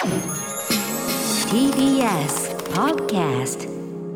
TBS Podcast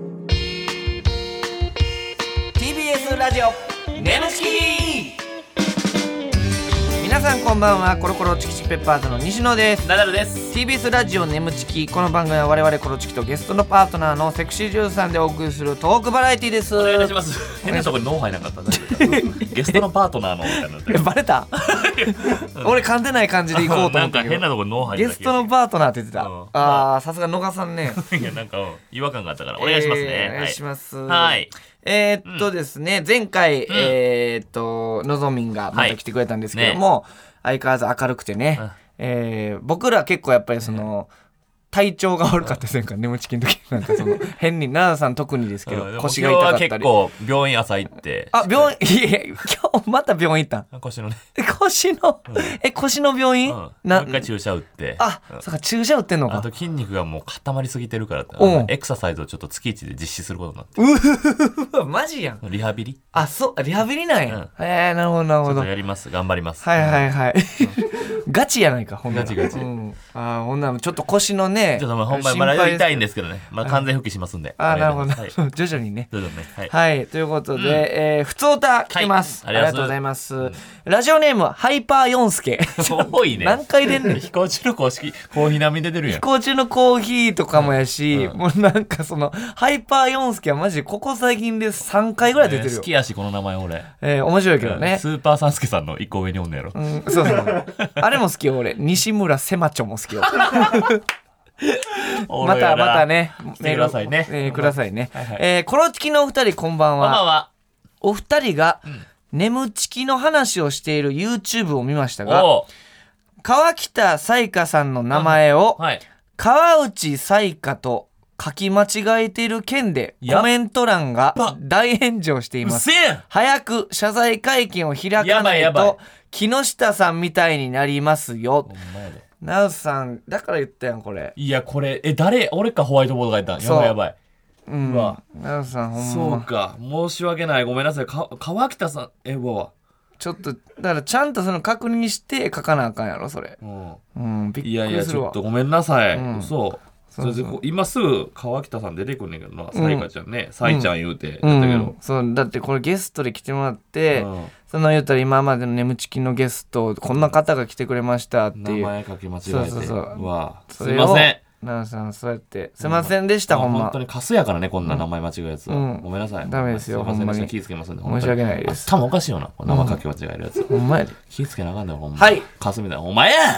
TBS ラジオネムチキ。皆さんこんばんは。コロコロチキチキペッパーズの西野です。 ナダルです。 TBS ラジオネムチキ。この番組は我々コロチキとゲストのパートナーのセクシージューさんでお送りするトークバラエティです。 お願いします。変なとこに脳入らなかった。ゲストのパートナーのみたいになってる。 バレた俺噛んでない感じで行こうと思ったけどなんか変なとこに脳入らゲストのパートナーって言ってた、あーさすが野賀さんねいやなんか違和感があったからお願いしますね、 お願いします、 はいですね前回、のぞみんがまた来てくれたんですけども、相変わらず明るくてね、僕ら結構やっぱりその、体調が悪かったですか、眠ちきの時なんかその変に奈良さん特にですけど、腰が痛かったり。 結構病院朝行って病院いや今日また病院行ったん腰のね腰の、腰の病院、 もう一回注射打って、 そうか注射打ってんのか。 あと筋肉がもう固まりすぎてるからエクササイズをちょっと月1で実施することになってマジやん。 リハビリそうリハビリなんや、なるほどなるほど。 やります頑張ります。 はいガチやないかほんなら。 ガチ、 ほんならちょっと腰のねちょっとほんまにまだ痛いんですけどね、完全復帰しますんで。 なるほど、徐々にね。はい、ということで、ふつおた来てます。ありがとうございます。ラジオネームハイパーヨンスケ。 多いね。 何回出んねん。 飛行中のコーヒー並みで出るやん。 飛行中のコーヒーとかもやし、もうなんかそのハイパーヨンスケはマジでここ最近で3回ぐらい出てるよ。 好きやしこの名前俺。 面白いけどね。 スーパーサンスケさんの1個上におんねやろ。 そうあれも好きよ俺。西村セマチョも好きよ。またねメールくださいね、 くださいね。コロチキのお二人こんばんは。 こんばんは。 お二人が眠チキの話をしている YouTube を見ましたが、川北彩花さんの名前を川内彩花と書き間違えている件でコメント欄が大炎上しています。早く謝罪会見を開かないと木下さんみたいになりますよ。ナウさんだから言ったやんこれ。 いやこれ誰俺かホワイトボード書いたん。やばい。 ナウさんほんまそうか申し訳ないごめんなさい。川北さんちょっとだからちゃんとその確認して書かなあかんやろそれ。びっくりするわ。 いやいやちょっとごめんなさい。そう今すぐ川北さん出てくんねんけどな。さいかちゃんね、さいちゃん言うてやったけど、 そうだってこれゲストで来てもらって、その言うたら今までの眠ちきのゲストこんな方が来てくれましたっていう名前書き間違えてすいません。 ナウさんそうやってすいませんでした、ほんま本当にカスやからねこんな名前間違えるやつは、ごめんなさい。 ダメですよほんまに。 気ぃつけますんで申し訳ないです。 頭おかしいよな名前書き間違えるやつ。 ほんまやで気ぃつけなあかんねんほんま。 はいカスみたいなお前や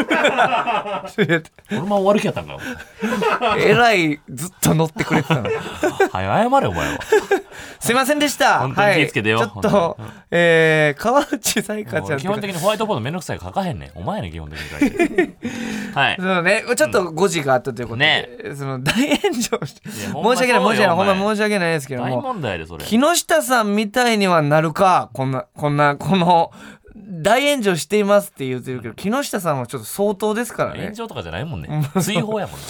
俺も終わる気やったんかよ。 えらいずっと乗ってくれてたの早謝れお前は。 すいませんでした。 本当に気ぃつけてよ。 ちょっと川内彩花ちゃん基本的にホワイトボードめんどくさいから書かへんねん。お前やねん基本的に書いてはいそうねちょっと誤字があったということで、その大炎上して申し訳ないほんま申し訳ないですけども、 大問題でそれ。 木下さんみたいにはなるかこの大炎上していますって言ってるけど、木下さんはちょっと相当ですからね。 炎上とかじゃないもんね。追放やもんね。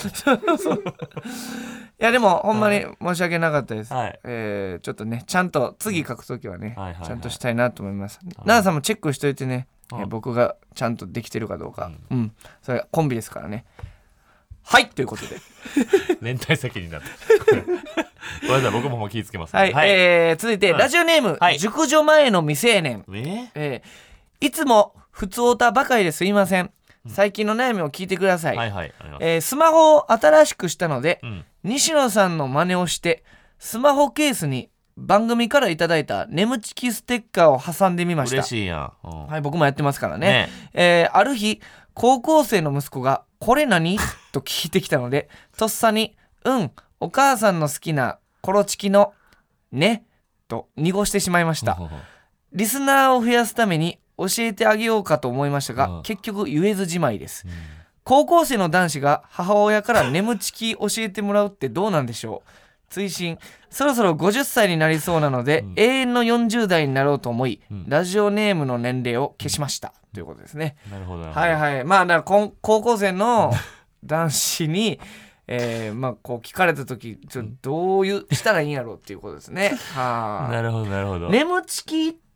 いやでもほんまに申し訳なかったです、 はい。 ちょっとねちゃんと次書くときはね、ちゃんとしたいなと思います。 い奈々さんもチェックしといてね、僕がちゃんとできてるかどうか、それコンビですからね。はいということで連帯責任だったごめんなさい僕ももう気ぃつけます、 はい、続いて、ラジオネーム、熟女前の未成年、いつも普通オタばかりですいません。最近の悩みを聞いてください。スマホを新しくしたので、西野さんの真似をしてスマホケースに番組からいただいた眠ちきステッカーを挟んでみました。 嬉しいやん、 はい、僕もやってますからね。ある日高校生の息子がこれ何と聞いてきたのでとっさにお母さんの好きなコロチキのねと濁してしまいました。リスナーを増やすために教えてあげようかと思いましたが、結局言えずじまいです。高校生の男子が母親から眠ちき教えてもらうってどうなんでしょう。追伸そろそろ50歳になりそうなので、永遠の40代になろうと思い、ラジオネームの年齢を消しました、ということですね。 なるほど。 はいはい。まあだから高校生の男子にまあこう聞かれた時ちょっとどうしたらいいんやろうっていうことですね。はあ。 なるほどなるほど。 眠ちきっ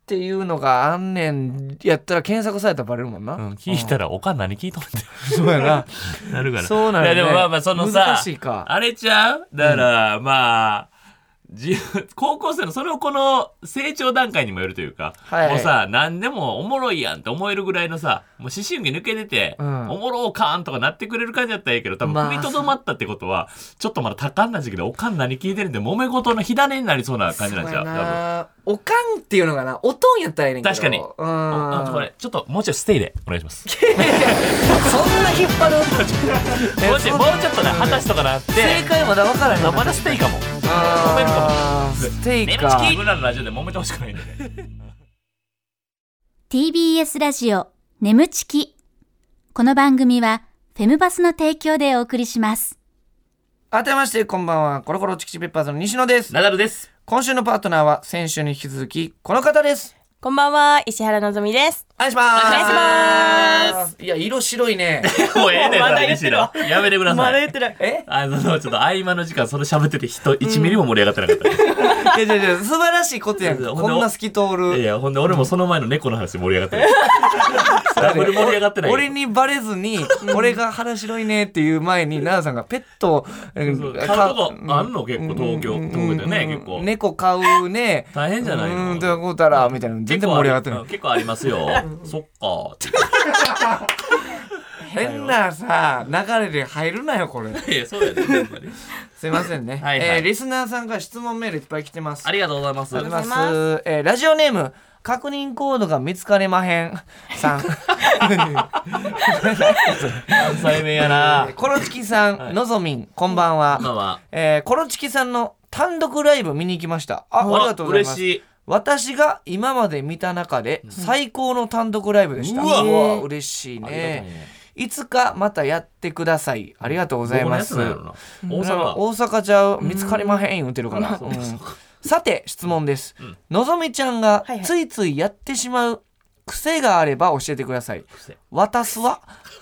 っていうのがあんねんやったら検索されたらバレるもんな、 聞いたらおかん何聞いとんねんそうやななるからそうなんやね。 いやでもまあそのさ難しいか。 あれちゃうだからまあ高校生のその子の成長段階にもよるというか、 はいもうさ何でもおもろいやんって思えるぐらいのさもう思春期抜け出て、おもろうかんとかなってくれる感じだったらいいけど多分踏みとどまったってことは、ちょっとまだ多感な時期でおかん何聞いてるんで揉め事の火種になりそうな感じなんちゃう多分おかんっていうのがなおとんやったらええねんけど確かにこれちょっともうちょいステイでお願いしますそんな引っ張るもうちょっとね二十歳とかなって正解まだ分からへんまだステイかも揉めるかもステイ眠かちき僕らのラジオで揉めてほしくないんでね TBS ラジオ眠ちき。この番組はフェムバスの提供でお送りします。 改めましてこんばんは、コロコロチキチペッパーズの西野です。 ナダルです。 今週のパートナーは先週に引き続きこの方です。 こんばんは、石原のぞみです。 お願いします。 お願いします。 いや色白いねもうええねんまだそれ言ってるわ西野やめてくださいまだ言ってる。 えちょっと合間の時間それ喋ってて人1ミリも盛り上がってなかった、 いや素晴らしいことやんか。こんな透き通いやるいやほんで俺もその前の猫の話で盛り上がってないダブル盛り上がってないよ俺にバレずに俺が腹白いねっていう前に奈良さんがペット買うとこあんの結構東京でね結構猫飼うね大変じゃないのどういうことだらみたいな全然盛り上がってない結構ありますよそっか変なさ流れで入るなよこれいやそうやねほんまにすいませんねはいはいリスナーさんから質問メールいっぱい来てます。 ありがとうございますありがとうございますラジオネーム確認コードが見つかれまへんさん関西弁やなコロチキさん、のぞみんこんばんは、 まあまコロチキさんの単独ライブ見に行きました。ありがとうございます。 嬉しい私が今まで見た中で最高の単独ライブでした。 うわうわ嬉しいありがたいね。 ねいつかまたやってください。ありがとうございます。 どこのやつなんやろな大阪ちゃう見つかりまへん言うてるから。さて質問です。のぞみちゃんがついついやってしまう癖があれば教えてください。私は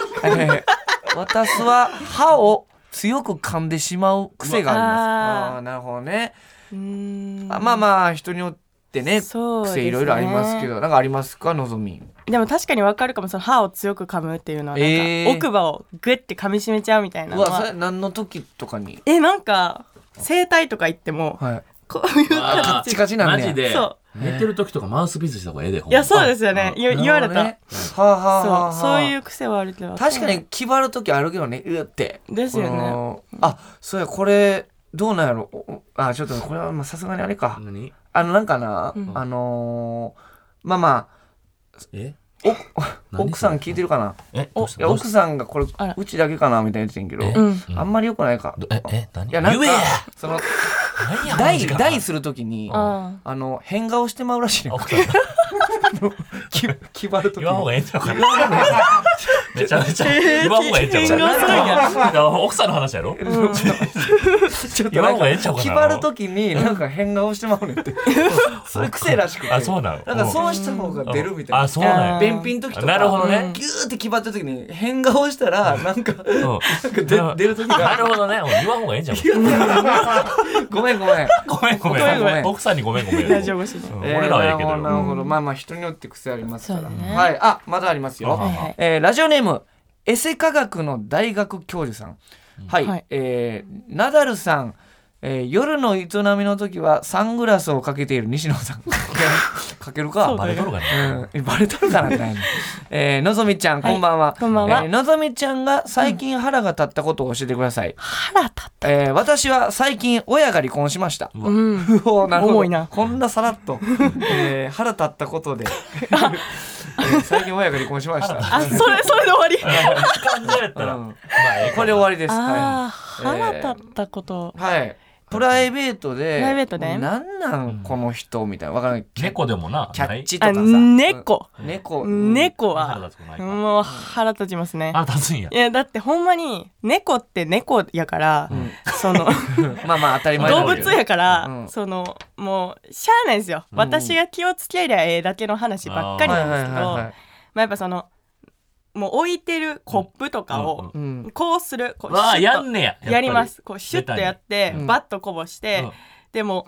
歯を強く噛んでしまう癖があります。なるほどね。まあ人によってね癖いろいろありますけど、なんかありますかのぞみ。 でも確かにわかるかも。その歯を強く噛むっていうのはなんか奥歯をグッて噛み締めちゃうみたいなのは。 それ何の時とかに。 なんか整体とか行っても、 はい、 こういうカッチカチなんねや。 マジでそう寝てる時とかマウスピースした方がええでほんいやそうですよね、言われた、そういう癖はあるけど確かに気張る時あるけどねうってですよね。 そうやこれどうなんやろ。ちょっとこれはさすがにあれか。 何なんかな、まあ奥さん聞いてるかな。いや奥さんがこれうちだけかなみたいな言ってんけど、あんまり良くないか。 何いやなんかその大大するときに変顔してまうらしいね。気張るとき言わんほうがええんちゃうかなめちゃめちゃ言わんほうがええんちゃうかな奥さんの話やろ言わんほうがええんちゃうかな。 気張るときになんか変顔してまうねんってそれ癖らしくて。 そうなの。 なんかそうした方が出るみたいな。 そうなんや。 便秘の時とかなるほどね。 ギューって気張った時に変顔したらなんか出る時が。 なるほどね。言わんほうがええんちゃうごめん奥さんにごめん大丈夫です。 俺らはええけど。 なるほど。まあ人によって癖ありますから。 はい。 まだありますよ。ラジオネームエセ科学の大学教授さん。はい。ナダルさん、夜の営みの時はサングラスをかけている西野さん。かけるか。 バレとるかな。 バレとるかなみたいな。のぞみちゃんこんばんは。 こんばんは。 のぞみちゃんが最近腹が立ったことを教えてください。 腹立った。 私は最近親が離婚しました。なるほど。 重いな。 こんなさらっと腹立ったことで。最近親が離婚しました。 それで終わり。 これで終わりです。 腹立ったこと。 はい。プライベートでなんなんこの人みたいなわからない。 猫でもなキャッチとかさ。 猫はもう腹立ちますね。 腹立つんや。 いやだってほんまに猫って猫やからそのまあ当たり前動物やからそのもうしゃあないんですよ。私が気をつけりゃええだけの話ばっかりなんですけど、まあやっぱそのもう置いてるコップとかをこうする、こうやんねややります。こうシュッとやってバッとこぼして、でも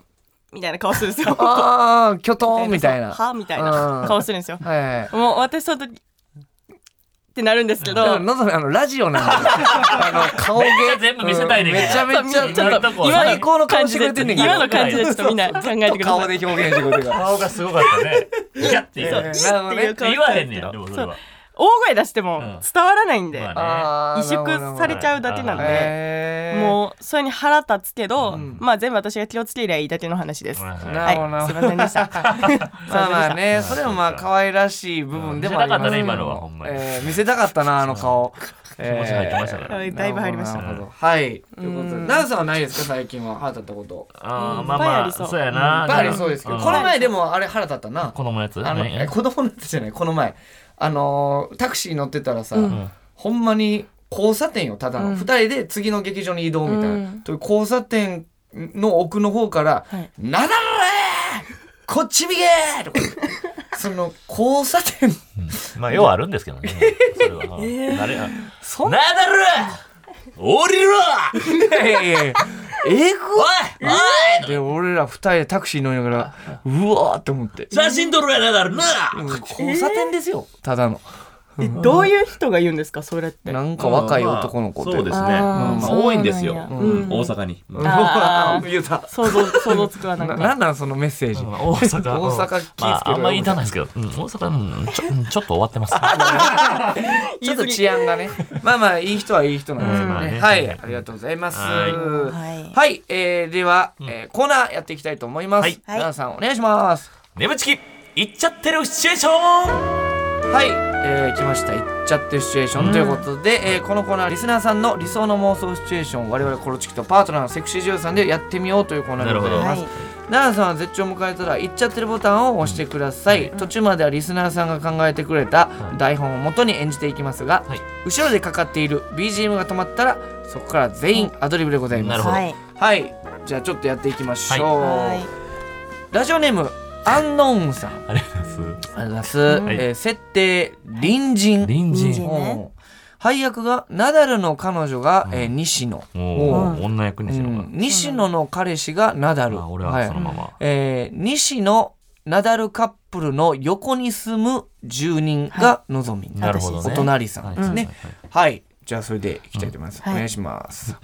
みたいな顔するんですよ。 ああ、巨頭みたいな。 はみたいな顔するんですよ。 はいはい。 もう私その時ってなるんですけど、 のぞみラジオなんで顔芸全部見せたいねんけどめちゃめちゃちょっと最高の顔してくれてんねんけど今の感じでちょっとみんな考えてください。 顔で表現してくれてるから顔がすごかったね。いやって言うなるほどね言わへんねんでもそれは。 大声出しても伝わらないんで、 まあね萎縮されちゃうだけなんで、 ももうそれに腹立つけど、まあ全部私が気をつけりゃいいだけの話です。 はいなるほどなはい、すいませんでした。 まあまあね、それもまあ可愛らしい部分でもありますけど、 見せたかったね今のはほんまに見せたかったなあの顔。 気持ち入ってましたから。 だいぶ入りました。 なるほどはい。ということで、奈々さんはないですか最近は腹立ったこと。 ああ、 うんまあまあ、そうやな。 いっぱいありそうですけど、 んこの前でもあれ腹立ったな。 子供のやつ子供のやつじゃない、この前タクシー乗ってたらさ、 んほんまに交差点よ、ただの、2人で次の劇場に移動みたいな、という交差点の奥の方から「なだれこっち見げ!」とかその交差点まあ要はあるんですけどね。それは。あれそんなだる降りろいやいやいやおいおいで俺ら2人でタクシー乗りながらうわーって思って写真撮ろやなだるな交差点ですよ、ただのどういう人が言うんですかそれって。 なんか若い男の子とそうですね。 あーまあ多いんですよ。 そうなんや大阪に。 あー言うた想像つくわなんか。 なんなんそのメッセージ大阪。 大阪気ぃつけろよまああんま言いたないですけど、大阪ちょっと終わってます。 ちょっと治安がねまあまあいい人はいい人なんですけどね、 うんはいありがとうございますはいはい、では、コーナーやっていきたいと思います、 はい奈々さんお願いします眠ちき行っちゃってるシチュエーションはい、来ました「いっちゃってるシチュエーション」ということで、このコーナーはリスナーさんの理想の妄想シチュエーションを我々コロチキとパートナーのセクシージュさんでやってみようというコーナーでございます。奈々さんは絶頂を迎えたら「いっちゃってる」ボタンを押してください、途中まではリスナーさんが考えてくれた台本を元に演じていきますが、 はい後ろでかかっている BGM が止まったらそこから全員アドリブでございます。 なるほどはいはい、じゃあちょっとやっていきましょう、 はいラジオネームアンノーンさんありがとうございます。 ありがとうございます、 はい設定隣人隣隣人人。 うん配役がナダルの彼女が、西野、 女役にしろか。 西野の彼氏がナダル、 あ、俺はそのまま。 西野ナダルカップルの横に住む住人がのぞみ、 なるほどね。 お隣さんですね。はい、じゃあそれでいきたいと思います。 はいお願いします。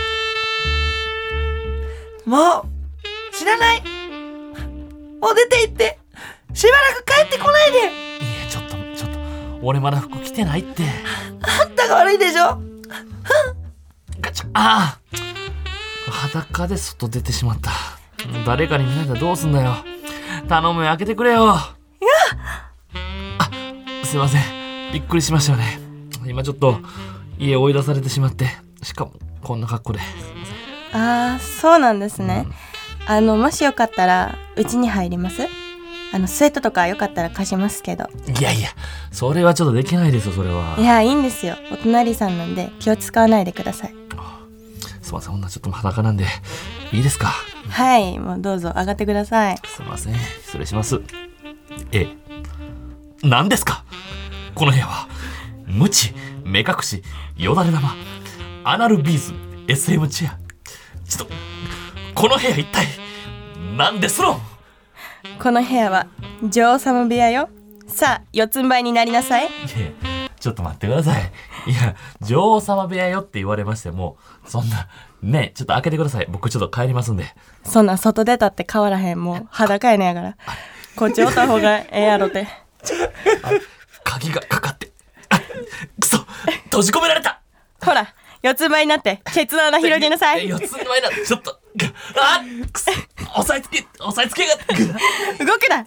もう知らない。もう出て行ってしばらく帰ってこないで。 いや、ちょっと、俺まだ服着てないって。 あんたが悪いでしょ。 ガチャ、ああ裸で外出てしまった。誰かに見られたらどうすんだよ。頼むよ、開けてくれよ。あ、すいません。びっくりしましたよね。今ちょっと家追い出されてしまって、しかもこんな格好で。 ああ、そうなんですね。もしよかったらうちに入ります？スウェットとかよかったら貸しますけど。 いやいや、それはちょっとできないですよ、それは。 いや、いいんですよ。お隣さんなんで気を使わないでください。 すいません、ほんなちょっと裸なんでいいですか？ はい、もうどうぞ上がってください。 すいません、失礼します。何ですかこの部屋は。無知、目隠し、よだれ玉、アナルビーズ、SM チェア。ちょっとこの部屋一体何ですの？ この部屋は女王様部屋よ。さあ、四つん這いになりなさい。 いや、ちょっと待ってください。いや、女王様部屋よって言われましても、そんな、ね、ちょっと開けてください。僕ちょっと帰りますんで。 そんなん外出たって変わらへん。もう裸やねやから。こっちおった方がええやろて。 鍵がかかって。あ、くそ、閉じ込められた。 ほら、四つん這いになってケツの穴広げなさい。 四つん這いな、ちょっと、あ、くそ、押さえつけが、 動くな。 うわ、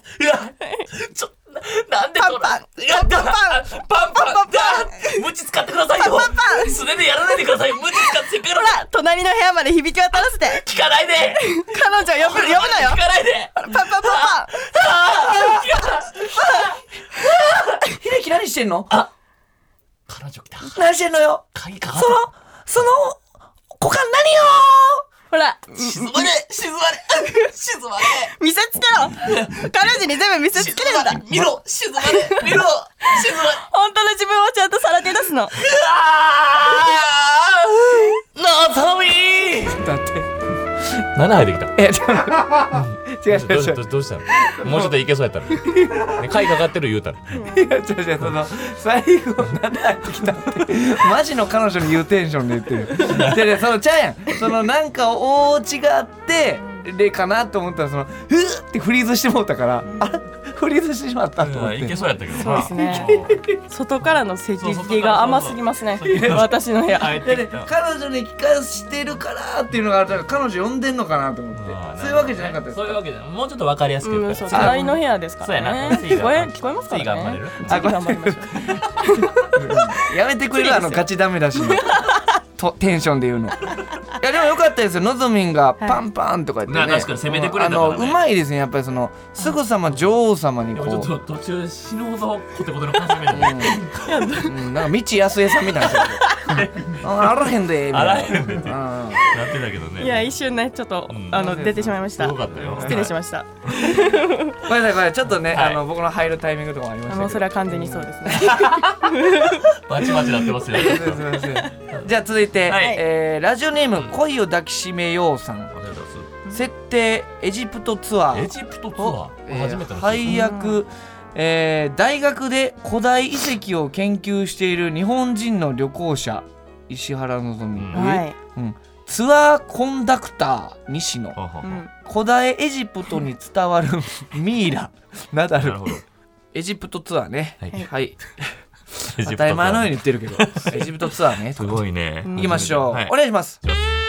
なんでこれパンパンムチ使ってくださいよ。素手でやらないでください。ムチ使ってください。 ほら、隣の部屋まで響き渡らせて。 聞かないで。 彼女呼ぶのよ。 聞かないで。 パンパンパンパン。 秀樹何してんの？ 彼女来た。 何してんのよ。 鍵かかっその股間何よ。 ほら、 静まれ。 見せつけろ。彼女に全部見せつけるんだ。 見ろ。静まれ。 本当の自分をちゃんとさらけ出すの。 のぞみ。 だって何入ってきた？ どうしたのもうちょっといけそうやったらね、貝かかってる言うたらいや違うその最後なんで入ってきたってマジの彼女に言うテンションで言ってるでそのちゃうやんそのなんか大違ってでかなと思ったらそのふーってフリーズしてもうたからあフリーズしてしまったと思って、 いけそうやったけどそうですね外からのセキュリティが甘すぎますね私の部屋で彼女に聞かしてるからっていうのがあるから彼女呼んでんのかなと思ってそういうわけじゃなかったですか。 そういうわけじゃもうちょっと分かりやすく言うから、 隣の部屋ですからね。聞こえますからね。 次頑張れる。 次頑張りましょうやめてくれるガチダメだしとテンションで言うの。いやでもよかったですよ。のぞみんがパンパンとか言ってね、 確かに攻めてくれたからね。 うまいですねやっぱりそのすぐさま女王様にこう。 ちょっと途中死ぬほどコテコテの関西弁だね。 なんか道安江さんみたいな。あらへんでみたいな。 あらへんでってなってたけどね。 いや一瞬ねちょっと出てしまいました。 すごかったよ。 失礼しました。 ごめんなさいこれちょっとね僕の入るタイミングとかもありましたけど。 それは完全にそうですね。 バチバチなってますよ。 じゃあ続いてラジオネーム恋を抱きしめようさん。設定エジプトツアー。 エジプトツアー初めての配役大学で古代遺跡を研究している日本人の旅行者石原のぞみ、ツアーコンダクター西野、古代エジプトに伝わるミイラナダル。エジプトツアーね。はい。当たり前のように言ってるけどエジプトツアーね。 すごいね。 行きましょう。お願いします。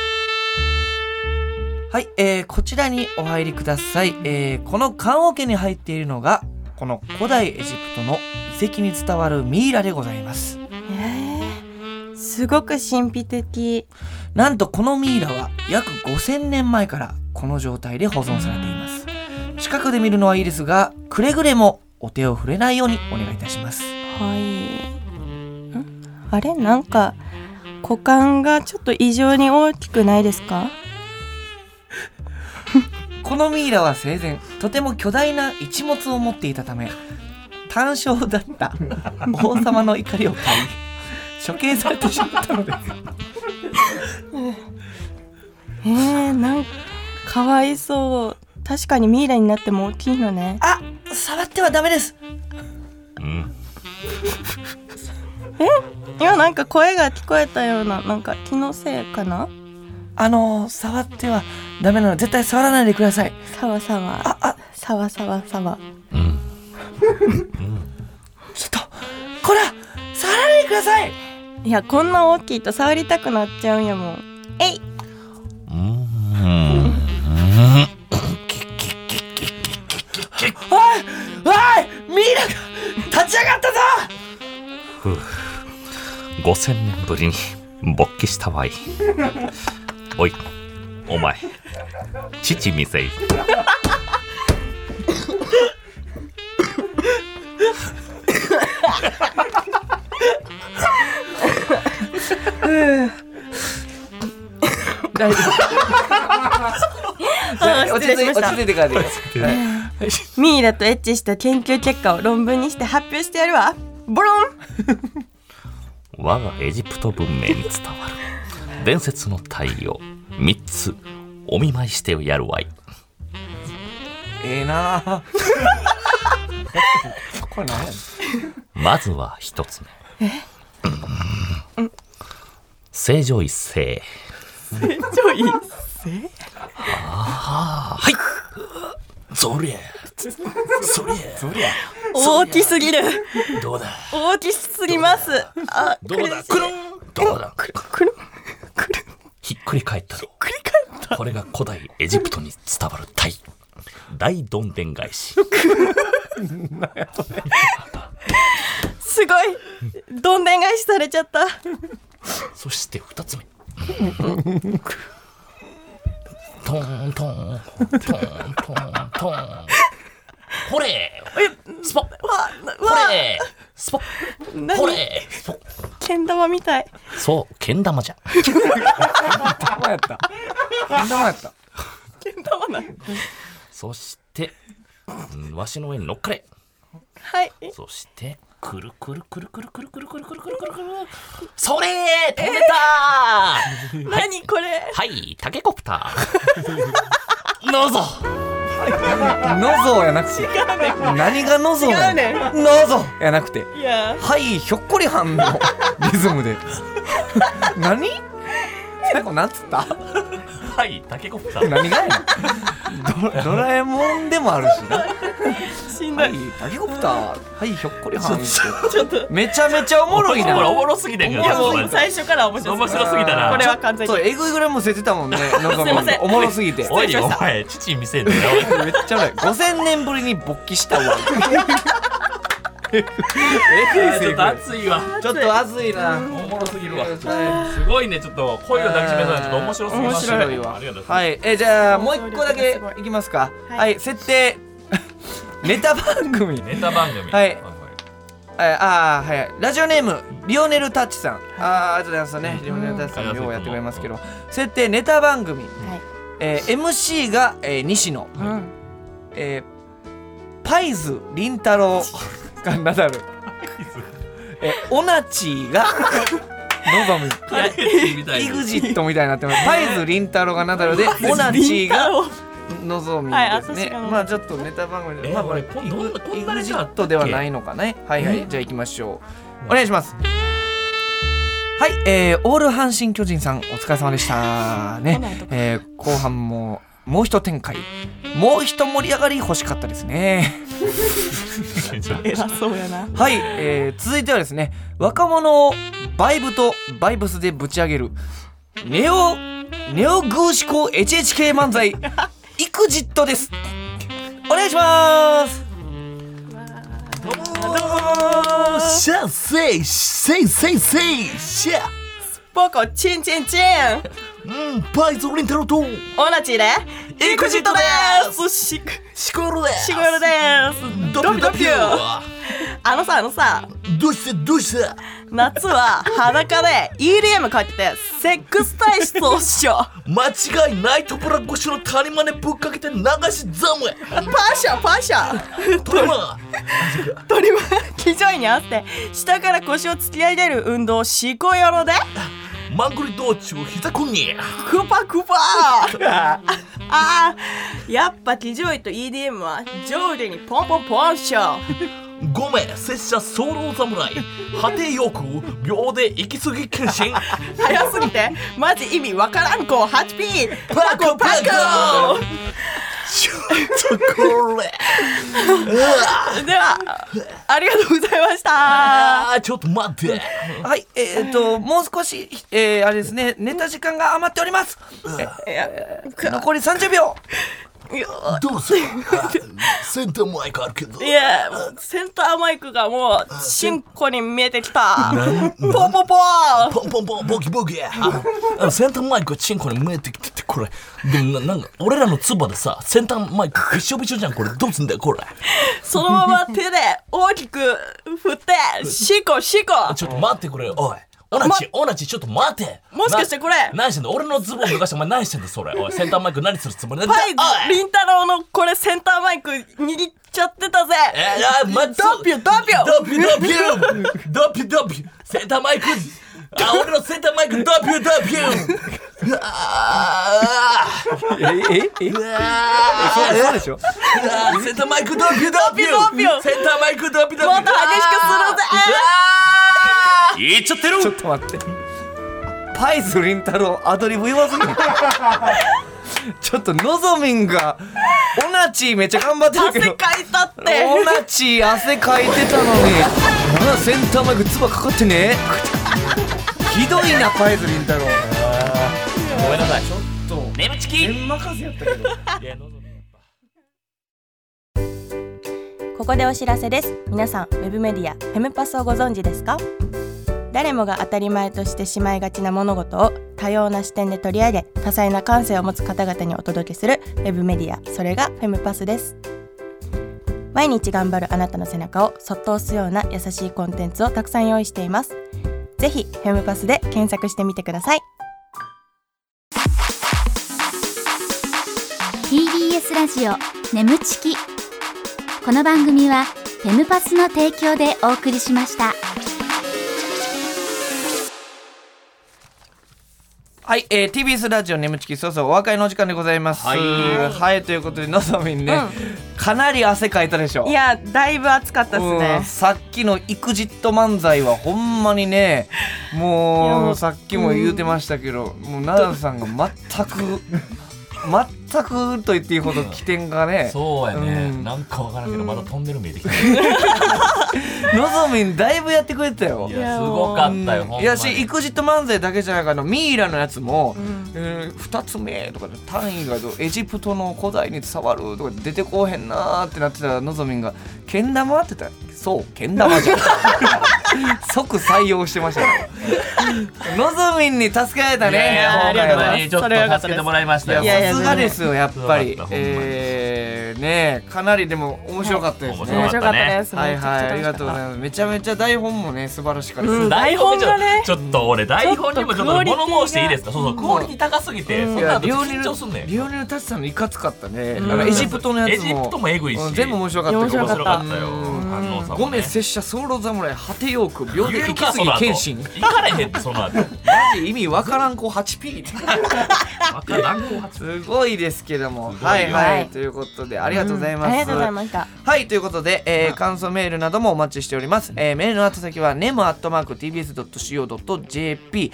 はい、こちらにお入りください。この棺桶に入っているのがこの古代エジプトの遺跡に伝わるミイラでございます。 すごく神秘的。 なんとこのミイラは約5000年前からこの状態で保存されています。近くで見るのはいいですがくれぐれもお手を触れないようにお願いいたします。 はい。あれなんか股間がちょっと異常に大きくないですか？ このミイラは生前とても巨大な一物を持っていたため単勝だった王様の怒りを買い処刑されてしまったのです。 なんかかわいそう。確かにミイラになっても大きいのね。 あ、触ってはダメです。 今なんか声が聞こえたような、なんか気のせいかな。 触ってはダメなので絶対触らないでください。 さわさわさわさわさわ。 ちょっとこら触らないでください。 いやこんな大きいと触りたくなっちゃうんやもん。えい。 おいミイラが立ち上がったぞ。 5000年ぶりに勃起したわい。おいお前父見せい。 大丈夫。落ち着いてからでいい。 ミイラとエッチした研究結果を論文にして発表してやるわ。ボロン。 我がエジプト文明に伝わる伝説の太陽3つお見舞いしてやるわい。 なあこれ何やねん。 まずは1つ目。正常一世。 正常一世。 はいそりゃ大きすぎる。 どうだ大きすぎます。 どうだくるんどうだくるんひっくり返ったろ。これが古代エジプトに伝わる大どんでん返し。 すごいどんでん返しされちゃった。 そして2つ目。トントントントントン。ほれスポッほれスポッほれスポッ。 けん玉みたい。 そうけん玉じゃ。 けん玉やったそしてわしの上に乗っかれ。 はい。 そしてくるくるくるくるくるくるくるくるくるくるくる。それー飛んでたー。 何これ。 はいタケコプター。どうぞ。 のぞやなくて何がのぞやねんのぞやなくていやはいひょっこりはんのリズムで何最後なんつったはいタケコプター何がやねんドラえもんでもあるしなしんどはいいタケコプターはいひょっこりはんってちょっとめちゃめちゃおもろいなこれおもろすぎてんけどいやもう最初から面白面白すぎたなこれは完全にそうえぐいぐらいもせてたもんねのぞみすいませんおもろすぎておいお前父見せんだよめっちゃうまい5000年ぶりに勃起したわちょっと熱いわちょっと熱いなおもろすぎるわすごいねちょっと恋を抱きしめたのちょっと面白すぎました面白いわありがとうございますはいじゃあもう一個だけいきますかはい設定ネタ番組ネタ番組はいはいラジオネームリオネルタッチさんありがとうございますねリオネルタッチさんようやってくれますけど設定ネタ番組MC が西野パイズ凛太郎がナダルオナチーがのぞみカレッジみたいイなグジットみたいになってますパイズ凛太郎がナダルでオナチーがのぞみですねまあちょっとネタ番組でまあこれイグジットではないのかねはいはいじゃあ行きましょうお願いしますはいオール阪神巨人さんお疲れ様でしたね後半もう一展開もう一盛り上がり欲しかったですね偉そうやなはい、続いてはですね若者をバイブとバイブスでぶち上げるネオグーシコ HHK 漫才イクジットですお願いしますどうもシャセイセイセイセイシャポコチンチンチンパイズリンタロウとオナチーでイクジットですシコールですシゴルですドピドピュあのさどうした夏は裸で EDM かけてセックス体質をしよう間違いないトプラ越しの谷間にぶっかけて流しザムパシャトリマ鳥は気丈に合わせて下から腰を突き上げる運動をしこよろでマングリ道中膝こんにクパやっぱ気丈と EDM は上下にポンポンポンショごめん拙者ソウル侍果てよく秒で行き過ぎ検診早すぎてマジ意味わからんこ 8P パコちょっとこれではありがとうございましたちょっと待ってはいもう少しあれですねネタ時間が余っております残り30秒どうするセンターマイクあるけどいやセンターマイクがもうシンコに見えてきたポンポンポンポンポンポンボキボキセンターマイクがチンコに見えてきててこれでもなんか俺らのツバでさセンターマイクびしょびしょじゃんこれどうすんだよこれそのまま手で大きく振ってシコちょっと待ってくれおいオナチちょっと待てもしかしてこれ何してんだ俺のズボン脱がしてお前何してんだそれおいセンターマイク何するつもりなんだパイズリン太郎のこれセンターマイク握っちゃってたぜドピュセンターマイク俺のセンターマイクドピュそうでしょセンターマイクドピュセンターマイクドピュもっと激しくするぜ言っちゃってるちょっと待ってパイズリン太郎アドリブ言わずにちょっとのぞみんがオナチーめっちゃ頑張ってるけど汗かいたってオナチー汗かいてたのにまだセンターマイクつばかかってねひどいなパイズリン太郎ごめんなさいちょっと眠ちき全任せやったけどここでお知らせです。皆さんウェブメディアフェムパスをご存知ですか？誰もが当たり前としてしまいがちな物事を多様な視点で取り上げ多彩な感性を持つ方々にお届けするウェブメディア、それがフェムパスです。毎日頑張るあなたの背中をそっと押すような優しいコンテンツをたくさん用意しています。ぜひフェムパスで検索してみてください。 TBS ラジオ眠ちき。この番組はフェムパスの提供でお送りしました。 はい、TBS ラジオ眠ちきそろそろお別れの時間でございます。はい、ということでのぞみんね、かなり汗かいたでしょ。 いやだいぶ暑かったですね。 さっきのイクジット漫才はほんまにね、もうさっきも言うてましたけど、もう奈良さんが全くと言っていいほど起点がね、 そうやね、なんかわからんけどまだトンネル見えてきた。 のぞみんだいぶやってくれてたよ。 いやすごかったよ。ほんまにいやし、イクジット漫才だけじゃないからミイラのやつも、2つ目とかで単位がエジプトの古代に伝わるとか出てこうへんなーってなってたら、のぞみんがけん玉って言ったら、そうけん玉じゃん即採用してましたね。のぞみんに助けられたね。 いやありがとうございます。 ちょっと助けてもらいましたよ。 さすがですよやっぱり。 そうだったほんまにね、かなりでも面白かったですね。 面白かったです。 はいはい、ありがとうございます。めちゃめちゃ台本もね素晴らしかったです。 台本がね、ちょっと俺台本にもちょっと物申していいですか。そうクオリティ高すぎて、そんなの緊張すんねん。 リオネルタチさんのいかつかったね。エジプトのやつもエジプトもエグいし全部面白かったよ。 面白かったよ。 ゴメ拙者ソウル侍果てよく秒で行き過ぎ謙信。 行かれへんってその後。 マジ意味わからん子 8P。 わからん子 8P。 すごいですけども、はいはい、ということでありがとうございます。 ありがとうございました。 はい、ということで、感想メールなどもお待ちしております。メールの宛先は nemu@tbs.co.jp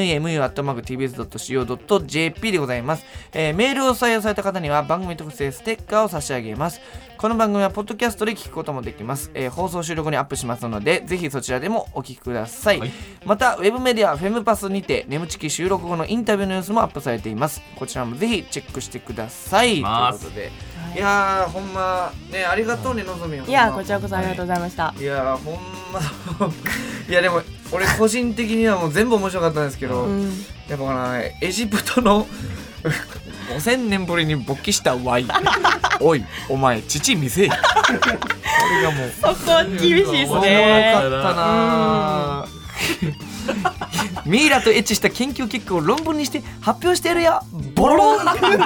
nemu@tbs.co.jp でございます。メールを採用された方には番組特製ステッカーを差し上げます。この番組はポッドキャストで聞くこともできます。放送終了後にアップしますので、ぜひそちらでもお聞きください。またウェブメディアフェムパスにて眠ちき収録後のインタビューの様子もアップされています。こちらもぜひチェックしてください。ということで、いやーほんまね、ありがとうねのぞみ。 いやこちらこそありがとうございました。 いやほんまいやでも俺個人的にはもう全部面白かったんですけど、やっぱエジプトの5000年ぶりに勃起したワイおいお前父見せえこれがもうそこは厳しいですね。 おもろかったなミイラとエッチした研究結果を論文にして発表してやるよボロロン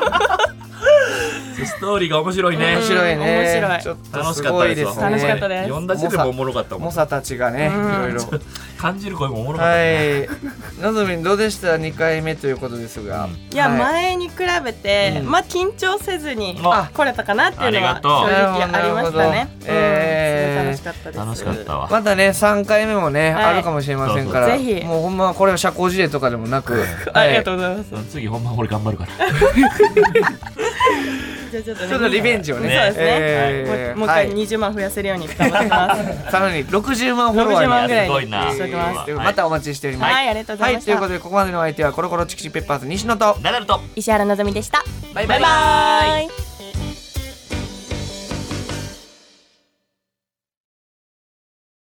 ストーリーが面白いね。 面白いね。 面白い。 ちょっとすごいですね。 楽しかったです。 読んだ時でもおもろかったもん。 猛者たちがね、いろいろ感じる声もおもろかった。 はい。のぞみんどうでした？2回目ということですが。 いや、前に比べてまあ緊張せずに来れたかなっていうのは正直ありましたね。すごい楽しかったです。 楽しかったわ。 またね3回目もねあるかもしれませんから、 ぜひもうほんまこれは社交辞令とかでもなく、 ありがとうございます。 次ほんま俺頑張るから。 じゃあちょっとリベンジをね。 そうですね。もう一回20万増やせるように頑張ってます。 さらに60万フォロワーにすごいな。 またお待ちしております。 はい、ありがとうございました。 はい、ということでここまでのお相手はコロコロチキチペッパーズ西野と石原のぞみでした。 バイバイ。